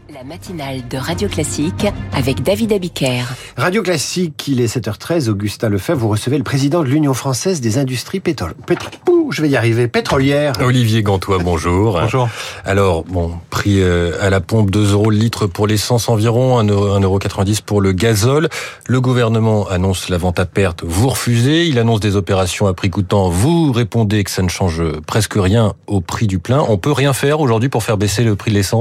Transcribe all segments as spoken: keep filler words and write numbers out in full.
La matinale de Radio Classique avec David Abiker. Radio Classique, il est sept heures treize. Augustin Lefebvre, vous recevez le président de l'Union française des industries pétrole... Pétro... Ouh, je vais y arriver. pétrolières. Olivier Gantois, bonjour. Bonjour. Alors, bon, prix à la pompe, deux euros le litre pour l'essence environ, un euro quatre-vingt-dix pour le gazole. Le gouvernement annonce la vente à perte, vous refusez. Il annonce des opérations à prix coûtant, vous répondez que ça ne change presque rien au prix du plein. On peut rien faire aujourd'hui pour faire baisser le prix de l'essence ?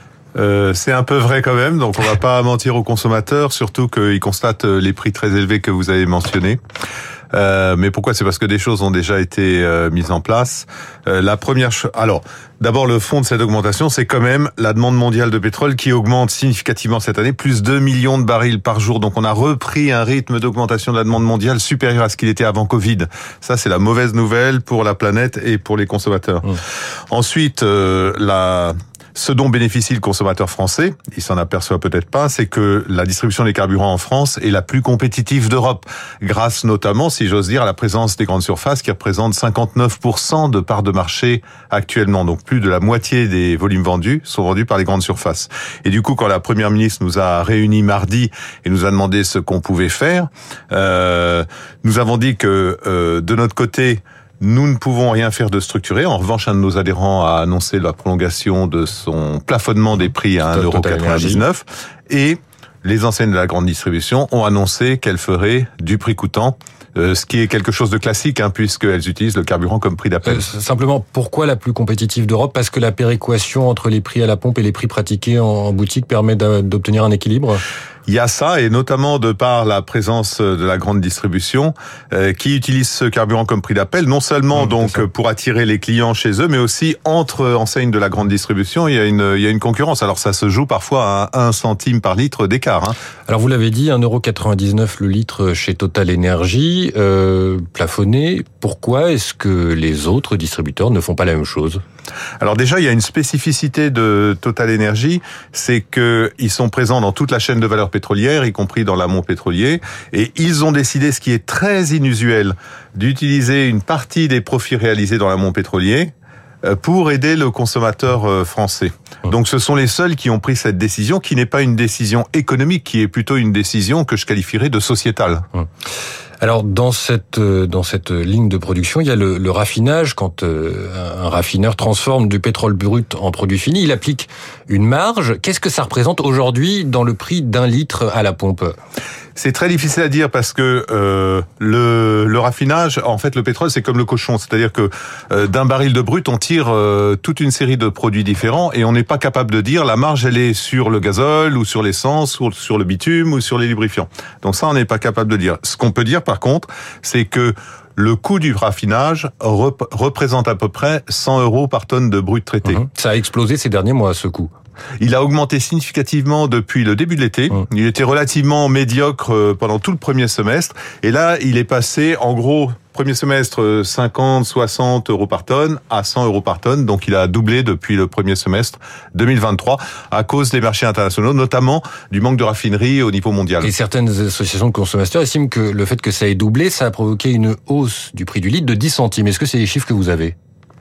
Euh, c'est un peu vrai quand même, donc on va pas mentir aux consommateurs, surtout qu'ils constatent les prix très élevés que vous avez mentionnés. Euh, mais pourquoi ? C'est parce que des choses ont déjà été euh, mises en place. Euh, la première chose, alors d'abord le fond de cette augmentation, c'est quand même la demande mondiale de pétrole qui augmente significativement cette année, plus deux millions de barils par jour. Donc on a repris un rythme d'augmentation de la demande mondiale supérieur à ce qu'il était avant Covid. Ça c'est la mauvaise nouvelle pour la planète et pour les consommateurs. Mmh. Ensuite, euh, la Ce dont bénéficie le consommateur français, il s'en aperçoit peut-être pas, c'est que la distribution des carburants en France est la plus compétitive d'Europe, grâce notamment, si j'ose dire, à la présence des grandes surfaces qui représentent cinquante-neuf pour cent de parts de marché actuellement. Donc plus de la moitié des volumes vendus sont vendus par les grandes surfaces. Et du coup, quand la Première ministre nous a réunis mardi et nous a demandé ce qu'on pouvait faire, euh, nous avons dit que euh, de notre côté, nous ne pouvons rien faire de structuré. En revanche, un de nos adhérents a annoncé la prolongation de son plafonnement des prix à un euro quatre-vingt-dix-neuf. Et les enseignes de la grande distribution ont annoncé qu'elles feraient du prix coûtant, euh, ce qui est quelque chose de classique, hein, puisqu'elles utilisent le carburant comme prix d'appel. Euh, simplement, pourquoi la plus compétitive d'Europe ? Parce que la péréquation entre les prix à la pompe et les prix pratiqués en boutique permet d'obtenir un équilibre ? Il y a ça, et notamment de par la présence de la grande distribution, euh, qui utilise ce carburant comme prix d'appel, non seulement mmh, donc pour attirer les clients chez eux, mais aussi entre enseignes de la grande distribution, il y a une, il y a une concurrence. Alors ça se joue parfois à un centime par litre d'écart. Hein. Alors vous l'avez dit, un euro quatre-vingt-dix-neuf le litre chez Total Energy, euh, plafonné. Pourquoi est-ce que les autres distributeurs ne font pas la même chose ? Alors déjà, il y a une spécificité de Total Energy, c'est que ils sont présents dans toute la chaîne de valeur pétrolière, y compris dans l'amont pétrolier, et ils ont décidé, ce qui est très inusuel, d'utiliser une partie des profits réalisés dans l'amont pétrolier pour aider le consommateur français. Donc ce sont les seuls qui ont pris cette décision, qui n'est pas une décision économique, qui est plutôt une décision que je qualifierais de sociétale. Alors dans cette dans cette ligne de production, il y a le, le raffinage. Quand euh, un raffineur transforme du pétrole brut en produit fini, il applique une marge. Qu'est-ce que ça représente aujourd'hui dans le prix d'un litre à la pompe ? C'est très difficile à dire parce que euh, le, le raffinage, en fait, le pétrole, c'est comme le cochon, c'est-à-dire que euh, d'un baril de brut, on tire euh, toute une série de produits différents et on n'est pas capable de dire la marge, elle est sur le gazole ou sur l'essence ou sur le bitume ou sur les lubrifiants. Donc ça, on n'est pas capable de dire. Ce qu'on peut dire, par contre, c'est que le coût du raffinage rep- représente à peu près cent euros par tonne de brut traité. Mmh. Ça a explosé ces derniers mois, ce coût. Il a augmenté significativement depuis le début de l'été. Mmh. Il était relativement médiocre pendant tout le premier semestre. Et là, il est passé, en gros, premier semestre, cinquante, soixante euros par tonne à cent euros par tonne. Donc, il a doublé depuis le premier semestre deux mille vingt-trois à cause des marchés internationaux, notamment du manque de raffinerie au niveau mondial. Et certaines associations de consommateurs estiment que le fait que ça ait doublé, ça a provoqué une hausse du prix du litre de dix centimes. Est-ce que c'est les chiffres que vous avez ?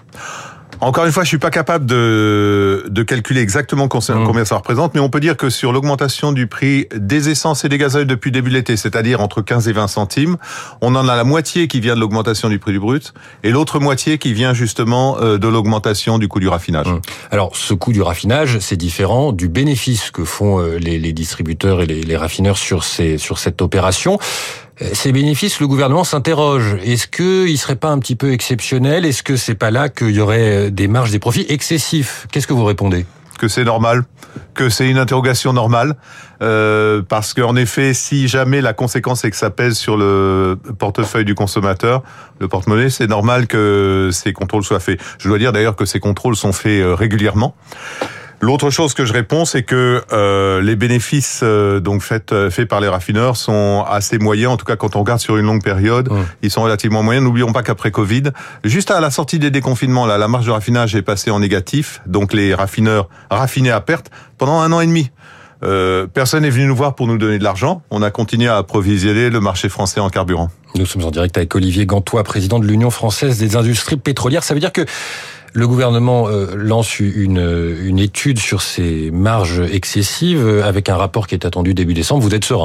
Encore une fois, je suis pas capable de, de calculer exactement combien ça représente, mais on peut dire que sur l'augmentation du prix des essences et des gazoils depuis le début de l'été, c'est-à-dire entre quinze et vingt centimes, on en a la moitié qui vient de l'augmentation du prix du brut et l'autre moitié qui vient justement de l'augmentation du coût du raffinage. Alors, ce coût du raffinage, c'est différent du bénéfice que font les, les distributeurs et les, les raffineurs sur ces, sur cette opération. Ces bénéfices, le gouvernement s'interroge. Est-ce qu'il ne serait pas un petit peu exceptionnel ? Est-ce que c'est pas là qu'il y aurait des marges, des profits excessifs ? Qu'est-ce que vous répondez ? Que c'est normal, que c'est une interrogation normale, euh, parce qu'en effet, si jamais la conséquence est que ça pèse sur le portefeuille du consommateur, le porte-monnaie, c'est normal que ces contrôles soient faits. Je dois dire d'ailleurs que ces contrôles sont faits régulièrement. L'autre chose que je réponds, c'est que euh, les bénéfices euh, donc faits faits par les raffineurs sont assez moyens. En tout cas, quand on regarde sur une longue période, mmh. ils sont relativement moyens. N'oublions pas qu'après Covid, juste à la sortie des déconfinements, là, la marge de raffinage est passée en négatif. Donc les raffineurs raffinaient à perte pendant un an et demi. Euh, personne n'est venu nous voir pour nous donner de l'argent. On a continué à approvisionner le marché français en carburant. Nous sommes en direct avec Olivier Gantois, président de l'Union française des industries pétrolières. Ça veut dire que Le gouvernement euh, lance une, une étude sur ces marges excessives avec un rapport qui est attendu début décembre. Vous êtes serein ?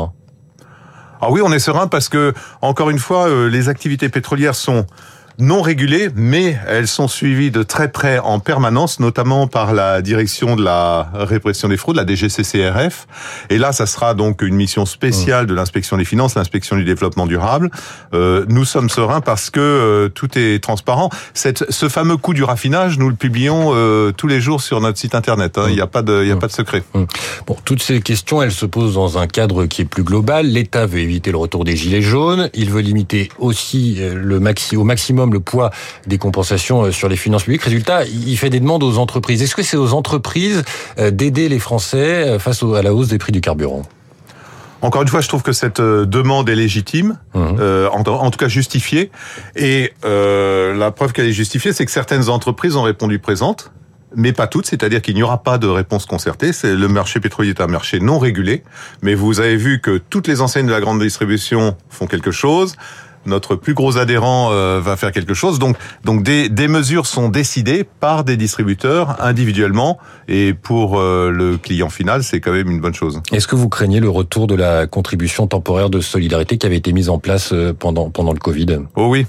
Ah oui, on est serein parce que, encore une fois, euh, les activités pétrolières sont non régulées, mais elles sont suivies de très près en permanence, notamment par la direction de la répression des fraudes, la D G C C R F. Et là, ça sera donc une mission spéciale de l'inspection des finances, l'inspection du développement durable. Euh, nous sommes sereins parce que euh, tout est transparent. Cette, ce fameux coût du raffinage, nous le publions euh, tous les jours sur notre site internet. Hein. Il n'y a pas de, il n'y a pas de secret. Bon, toutes ces questions, elles se posent dans un cadre qui est plus global. L'État veut éviter le retour des gilets jaunes. Il veut limiter aussi le maxi, au maximum le poids des compensations sur les finances publiques. Résultat, il fait des demandes aux entreprises. Est-ce que c'est aux entreprises d'aider les Français face à la hausse des prix du carburant ? Encore une fois, je trouve que cette demande est légitime, mmh. euh, en, en tout cas justifiée. Et euh, la preuve qu'elle est justifiée, c'est que certaines entreprises ont répondu présentes, mais pas toutes, c'est-à-dire qu'il n'y aura pas de réponse concertée. C'est, le marché pétrolier est un marché non régulé, mais vous avez vu que toutes les enseignes de la grande distribution font quelque chose. Notre plus gros adhérent euh, va faire quelque chose. Donc, donc des, des mesures sont décidées par des distributeurs individuellement. Et pour euh, le client final, c'est quand même une bonne chose. Est-ce que vous craignez le retour de la contribution temporaire de solidarité qui avait été mise en place pendant pendant le Covid ? Oh oui.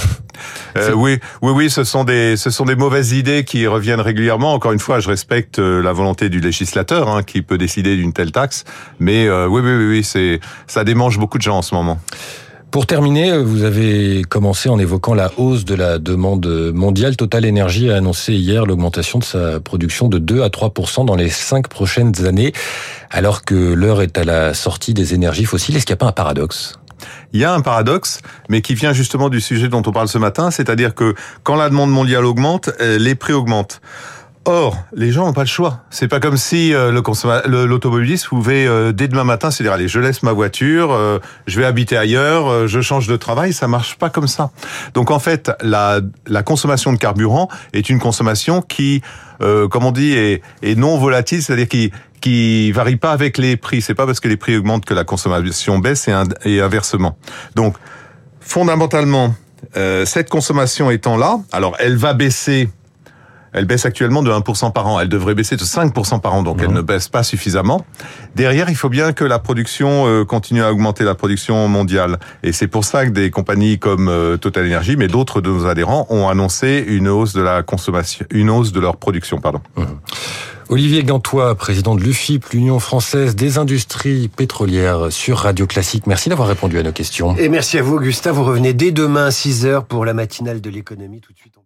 euh, oui, oui, oui, ce sont des, ce sont des mauvaises idées qui reviennent régulièrement. Encore une fois, je respecte la volonté du législateur hein, qui peut décider d'une telle taxe, mais euh, oui, oui, oui, oui, c'est, ça démange beaucoup de gens en ce moment. Pour terminer, vous avez commencé en évoquant la hausse de la demande mondiale. Total Energy a annoncé hier l'augmentation de sa production de deux à trois pour cent dans les cinq prochaines années, alors que l'heure est à la sortie des énergies fossiles. Est-ce qu'il n'y a pas un paradoxe ? Il y a un paradoxe, mais qui vient justement du sujet dont on parle ce matin, c'est-à-dire que quand la demande mondiale augmente, les prix augmentent. Or, les gens n'ont pas le choix. C'est pas comme si euh, le consomma- le, l'automobiliste pouvait euh, dès demain matin se dire allez, je laisse ma voiture, euh, je vais habiter ailleurs, euh, je change de travail. Ça marche pas comme ça. Donc en fait, la, la consommation de carburant est une consommation qui, euh, comme on dit, est, est non volatile, c'est-à-dire qui qui varie pas avec les prix. C'est pas parce que les prix augmentent que la consommation baisse et, un, et inversement. Donc fondamentalement, euh, cette consommation étant là, alors elle va baisser. Elle baisse actuellement de un pour cent par an. Elle devrait baisser de cinq pour cent par an, donc mmh. elle ne baisse pas suffisamment. Derrière, il faut bien que la production euh, continue à augmenter, la production mondiale. Et c'est pour ça que des compagnies comme euh, Total Energy, mais d'autres de nos adhérents, ont annoncé une hausse de la consommation, une hausse de leur production, pardon. Mmh. Olivier Gantois, président de l'U F I P, l'Union française des industries pétrolières, sur Radio Classique. Merci d'avoir répondu à nos questions. Et merci à vous, Augustin. Vous revenez dès demain à six heures pour la matinale de l'économie. Tout de suite.